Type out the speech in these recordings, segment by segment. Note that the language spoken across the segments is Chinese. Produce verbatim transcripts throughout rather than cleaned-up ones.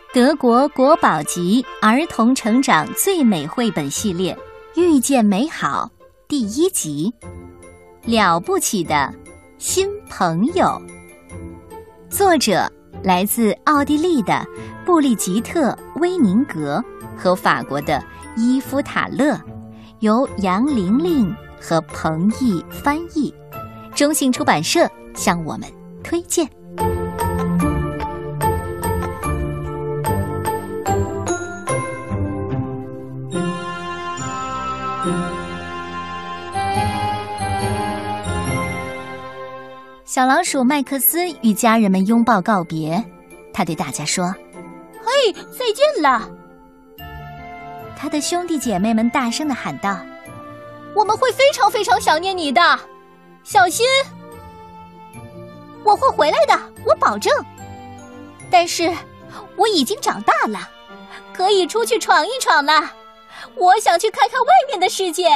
德国国宝级儿童成长最美绘本系列《遇见美好》第一集，了不起的新朋友。作者来自奥地利的布利吉特·威宁格和法国的伊夫塔勒，由杨玲玲和彭毅翻译，中信出版社向我们推荐。小老鼠麦克斯与家人们拥抱告别，他对大家说： 嘿，再见了！ 他的兄弟姐妹们大声地喊道： 我们会非常非常想念你的，小心！我会回来的，我保证。但是我已经长大了，可以出去闯一闯了。我想去看看外面的世界。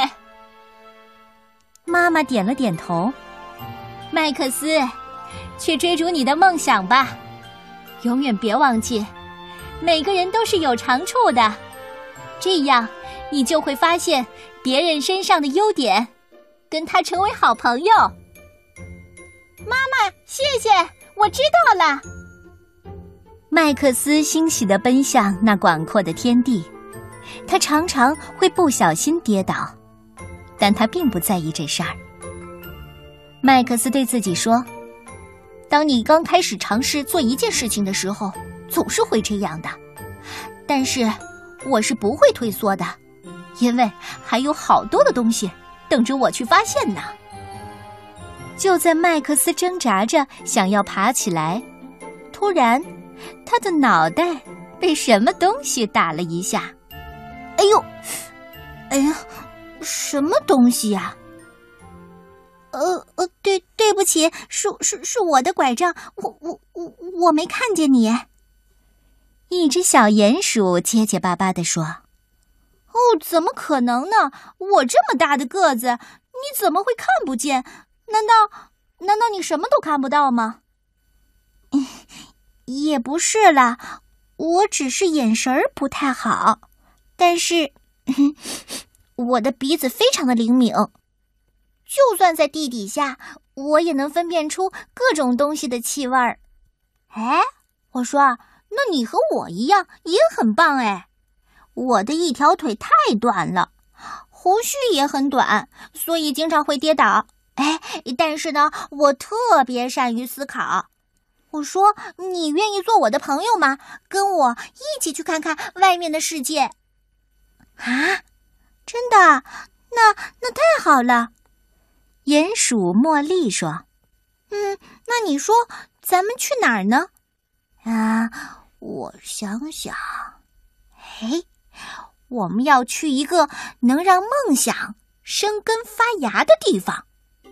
妈妈点了点头。 麦克斯，去追逐你的梦想吧，永远别忘记，每个人都是有长处的，这样你就会发现别人身上的优点，跟他成为好朋友。妈妈，谢谢，我知道了。 麦克斯欣喜地奔向那广阔的天地，他常常会不小心跌倒，但他并不在意这事儿。麦克斯对自己说： 当你刚开始尝试做一件事情的时候，总是会这样的，但是我是不会退缩的，因为还有好多的东西等着我去发现呢。 就在麦克斯挣扎着想要爬起来，突然他的脑袋被什么东西打了一下。 哎呦，哎呀，什么东西呀？呃呃，对对不起，是是是我的拐杖，我我我我没看见你。 一只小鼹鼠结结巴巴地说： 哦，怎么可能呢？我这么大的个子，你怎么会看不见？难道难道你什么都看不到吗？嗯，也不是啦，我只是眼神儿不太好，但是我的鼻子非常的灵敏。就算在地底下，我也能分辨出各种东西的气味儿。哎，我说，那你和我一样也很棒哎。我的一条腿太短了，胡须也很短，所以经常会跌倒。哎，但是呢，我特别善于思考。我说，你愿意做我的朋友吗？跟我一起去看看外面的世界。啊，真的？那那太好了。 鼹鼠茉莉说： 嗯，那你说咱们去哪儿呢？啊，我想想，哎，我们要去一个能让梦想生根发芽的地方。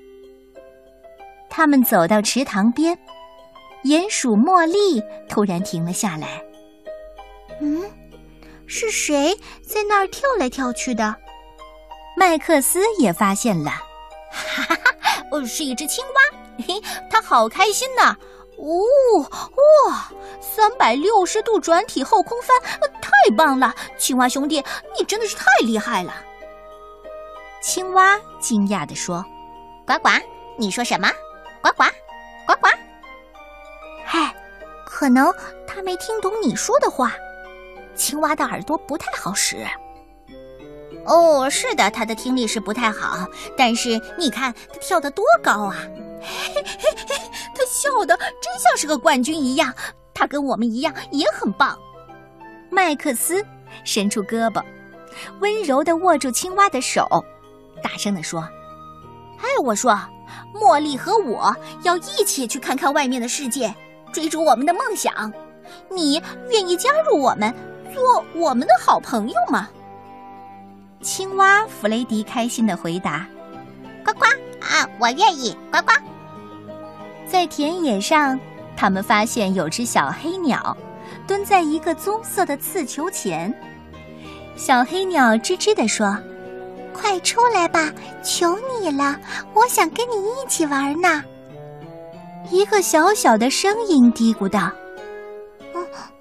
他们走到池塘边，鼹鼠茉莉突然停了下来。 嗯，是谁在那儿跳来跳去的？ 麦克斯也发现了。 哈哈哈，是一只青蛙，嘿，它好开心呐！哦，哇，三百六十度转体后空翻，太棒了！青蛙兄弟，你真的是太厉害了。 青蛙惊讶地说： 呱呱，你说什么？呱呱，呱呱。嗨，可能他没听懂你说的话。青蛙的耳朵不太好使。哦，是的，他的听力是不太好，但是你看他跳得多高啊！嘿嘿嘿，他笑得真像是个冠军一样，他跟我们一样也很棒。 麦克斯伸出胳膊，温柔地握住青蛙的手，大声地说： 哎，我说，茉莉和我要一起去看看外面的世界，追逐我们的梦想。你愿意加入我们，做我们的好朋友吗？ 青蛙弗雷迪开心地回答： 呱呱啊，我愿意，呱呱。 在田野上，他们发现有只小黑鸟蹲在一个棕色的刺球前。小黑鸟吱吱地说： 快出来吧，求你了，我想跟你一起玩呢。 一个小小的声音嘀咕道： 嗯嗯，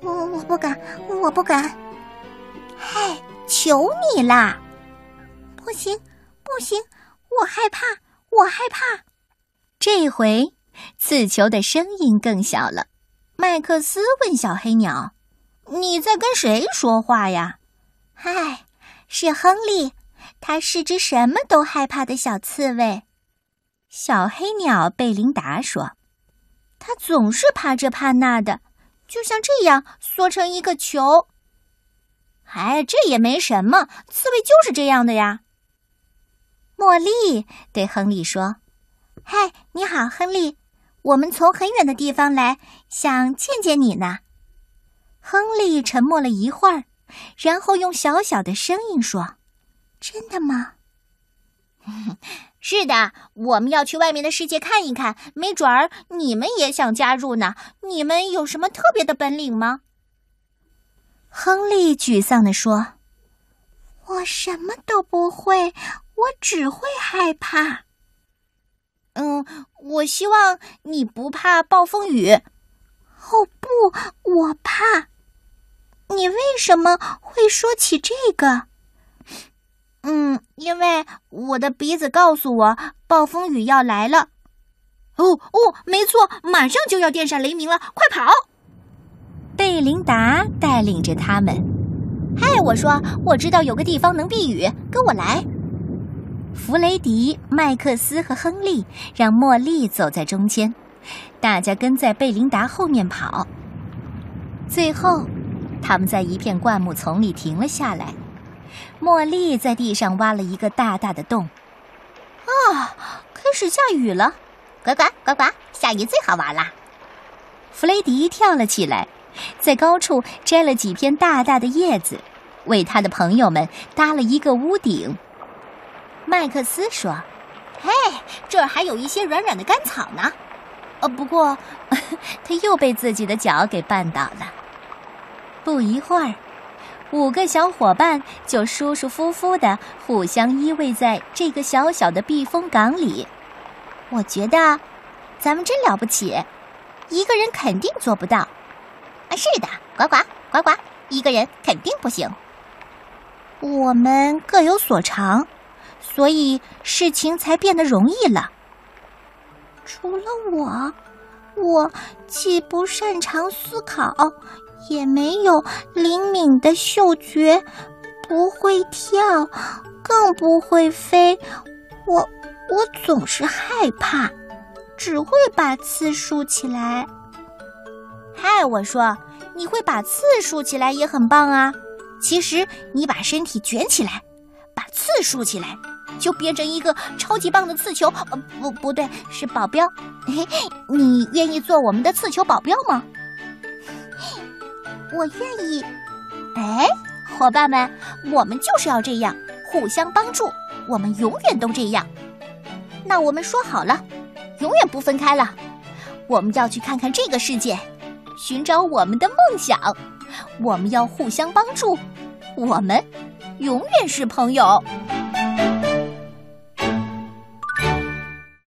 不敢，我不敢。嗨，求你啦！不行，不行，我害怕，我害怕。 这回，刺球的声音更小了。麦克斯问小黑鸟：“ 你在跟谁说话呀？”“ 嗨，是亨利，他是只什么都害怕的小刺猬。” 小黑鸟贝琳达说：“ 他总是怕这怕那的，就像这样缩成一个球。”“哎，这也没什么，刺猬就是这样的呀。” 茉莉对亨利说：“ 嗨，你好，亨利，我们从很远的地方来，想见见你呢。” 亨利沉默了一会儿，然后用小小的声音说：“ 真的吗？”“ 是的，我们要去外面的世界看一看，没准儿你们也想加入呢。你们有什么特别的本领吗？” 亨利沮丧地说：“ 我什么都不会，我只会害怕。”“ 嗯，我希望你不怕暴风雨。”“ 哦不，我怕。”“你为什么会说起这个？”“ 嗯，因为我的鼻子告诉我暴风雨要来了。”“哦哦，没错，马上就要电闪雷鸣了，快跑！” 贝琳达带领着他们。 “嗨，我说，我知道有个地方能避雨，跟我来。” 弗雷迪、麦克斯和亨利让茉莉走在中间，大家跟在贝琳达后面跑。最后，他们在一片灌木丛里停了下来。茉莉在地上挖了一个大大的洞。 啊，开始下雨了！ 呱呱呱呱，下雨最好玩啦！ 弗雷迪跳了起来，在高处摘了几片大大的叶子，为他的朋友们搭了一个屋顶。 麦克斯说：“嘿，这儿还有一些软软的干草呢。”呃，不过他又被自己的脚给绊倒了。不一会儿，五个小伙伴就舒舒服服地互相依偎在这个小小的避风港里。 我觉得咱们真了不起，一个人肯定做不到。啊，是的，呱呱呱呱，一个人肯定不行。 我们各有所长，所以事情才变得容易了。 除了我，我既不擅长思考，也没有灵敏的嗅觉，不会跳，更不会飞。我我总是害怕，只会把刺竖起来。 嗨，我说，你会把刺竖起来也很棒啊。其实你把身体卷起来，把刺竖起来，就变成一个超级棒的刺球。呃，不，不对，是保镖。嘿嘿，你愿意做我们的刺球保镖吗？ 我愿意。 哎，伙伴们，我们就是要这样，互相帮助，我们永远都这样。那我们说好了，永远不分开了。我们要去看看这个世界，寻找我们的梦想。我们要互相帮助，我们永远是朋友。